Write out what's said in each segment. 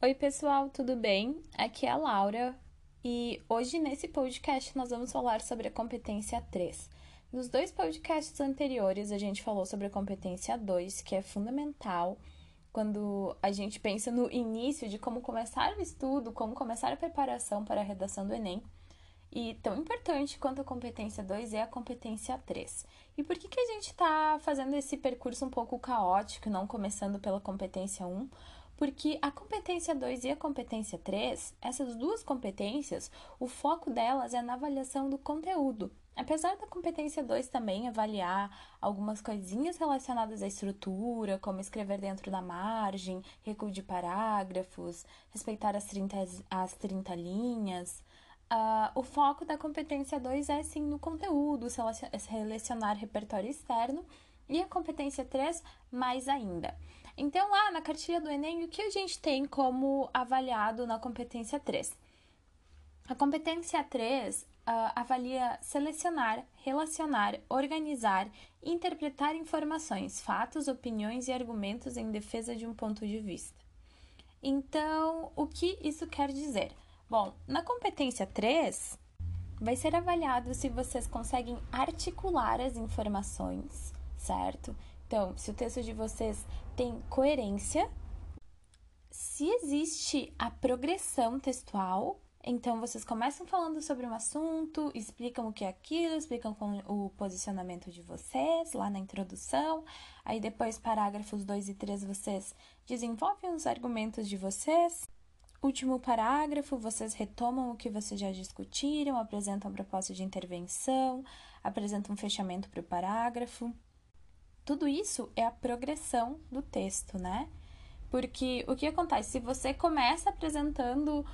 Oi, pessoal, tudo bem? Aqui é a Laura e hoje nesse podcast nós vamos falar sobre a competência 3. Nos dois podcasts anteriores a gente falou sobre a competência 2, que é fundamental quando a gente pensa no início de como começar o estudo, como começar a preparação para a redação do Enem. E tão importante quanto a competência 2 é a competência 3. E por que a gente está fazendo esse percurso um pouco caótico, não começando pela competência 1? Porque a competência 2 e a competência 3, essas duas competências, o foco delas é na avaliação do conteúdo. Apesar da competência 2 também avaliar algumas coisinhas relacionadas à estrutura, como escrever dentro da margem, recuo de parágrafos, respeitar as 30 linhas. O foco da competência 2 é sim no conteúdo, selecionar repertório externo, e a competência 3 mais ainda. Então, lá na cartilha do Enem, o que a gente tem como avaliado na competência 3? A competência 3 avalia selecionar, relacionar, organizar e interpretar informações, fatos, opiniões e argumentos em defesa de um ponto de vista. Então, o que isso quer dizer? Bom, na competência 3, vai ser avaliado se vocês conseguem articular as informações, certo? Então, se o texto de vocês tem coerência, se existe a progressão textual, então vocês começam falando sobre um assunto, explicam o que é aquilo, explicam o posicionamento de vocês lá na introdução, aí depois parágrafos 2 e 3 vocês desenvolvem os argumentos de vocês. Último parágrafo, vocês retomam o que vocês já discutiram, apresentam a proposta de intervenção, apresentam um fechamento para o parágrafo. Tudo isso é a progressão do texto, né? Porque o que acontece? Se você começa apresentando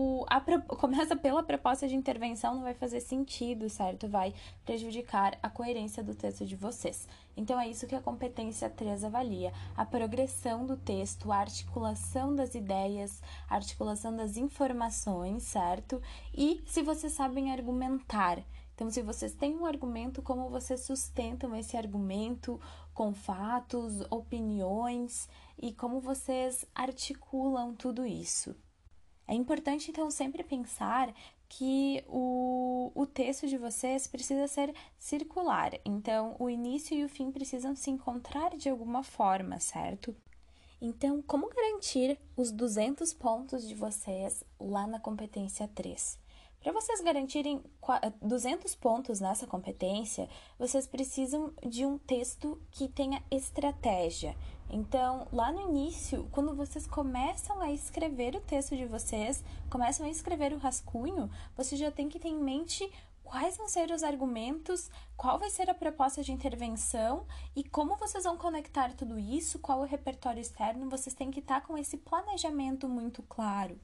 começa pela proposta de intervenção, não vai fazer sentido, certo? Vai prejudicar a coerência do texto de vocês. Então, é isso que a competência 3 avalia: a progressão do texto, a articulação das ideias, a articulação das informações, certo? E se vocês sabem argumentar. Então, se vocês têm um argumento, como vocês sustentam esse argumento com fatos, opiniões e como vocês articulam tudo isso. É importante, então, sempre pensar que o texto de vocês precisa ser circular. Então, o início e o fim precisam se encontrar de alguma forma, certo? Então, como garantir os 200 pontos de vocês lá na competência 3? Para vocês garantirem 200 pontos nessa competência, vocês precisam de um texto que tenha estratégia. Então, lá no início, quando vocês começam a escrever o texto de vocês, começam a escrever o rascunho, você já tem que ter em mente quais vão ser os argumentos, qual vai ser a proposta de intervenção e como vocês vão conectar tudo isso, qual é o repertório externo. Vocês têm que estar com esse planejamento muito claro,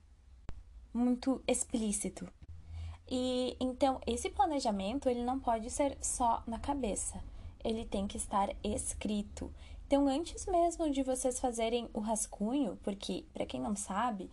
muito explícito. E então esse planejamento ele não pode ser só na cabeça, ele tem que estar escrito. Então, antes mesmo de vocês fazerem o rascunho, porque para quem não sabe,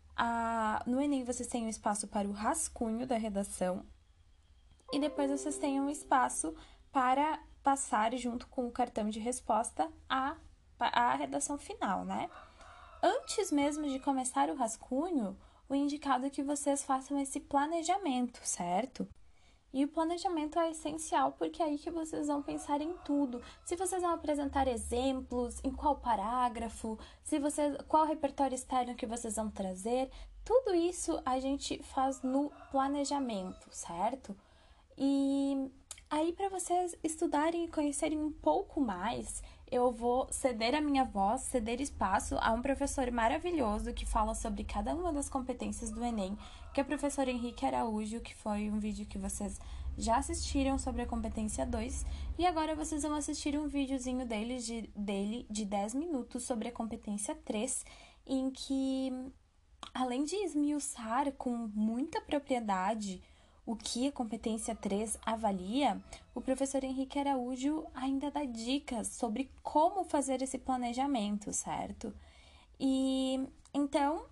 no Enem vocês têm um espaço para o rascunho da redação e depois vocês têm um espaço para passar junto com o cartão de resposta a redação final, né? Antes mesmo de começar o rascunho, o indicado é que vocês façam esse planejamento, certo? E o planejamento é essencial porque é aí que vocês vão pensar em tudo. Se vocês vão apresentar exemplos, em qual parágrafo, qual repertório externo que vocês vão trazer, tudo isso a gente faz no planejamento, certo? E aí, para vocês estudarem e conhecerem um pouco mais, eu vou ceder a minha voz, ceder espaço a um professor maravilhoso que fala sobre cada uma das competências do Enem, que é o professor Henrique Araújo, que foi um vídeo que vocês já assistiram sobre a competência 2, e agora vocês vão assistir um videozinho dele de 10 minutos sobre a competência 3, em que, além de esmiuçar com muita propriedade o que a competência 3 avalia, o professor Henrique Araújo ainda dá dicas sobre como fazer esse planejamento, certo? E então,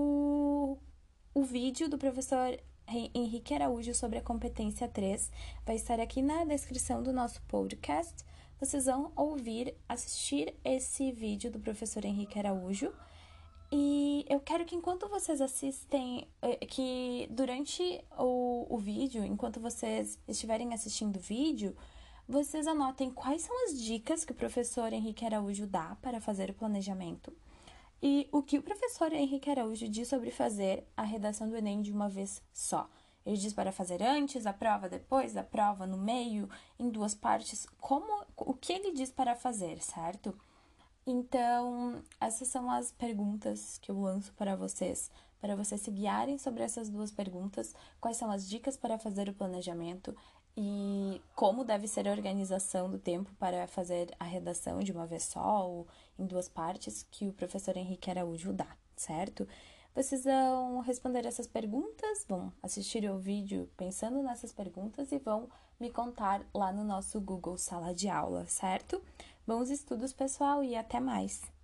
o vídeo do professor Henrique Araújo sobre a competência 3 vai estar aqui na descrição do nosso podcast. Vocês vão assistir esse vídeo do professor Henrique Araújo E eu quero que enquanto vocês assistem, que durante o vídeo, enquanto vocês estiverem assistindo o vídeo, vocês anotem quais são as dicas que o professor Henrique Araújo dá para fazer o planejamento e o que o professor Henrique Araújo diz sobre fazer a redação do Enem de uma vez só. Ele diz para fazer antes, a prova depois, a prova no meio, em duas partes, o que ele diz para fazer, certo? Então, essas são as perguntas que eu lanço para vocês se guiarem sobre essas duas perguntas, quais são as dicas para fazer o planejamento e como deve ser a organização do tempo para fazer a redação de uma vez só ou em duas partes que o professor Henrique Araújo dá, certo? Vocês vão responder essas perguntas, vão assistir o vídeo pensando nessas perguntas e vão me contar lá no nosso Google Sala de Aula, certo? Bons estudos, pessoal, e até mais!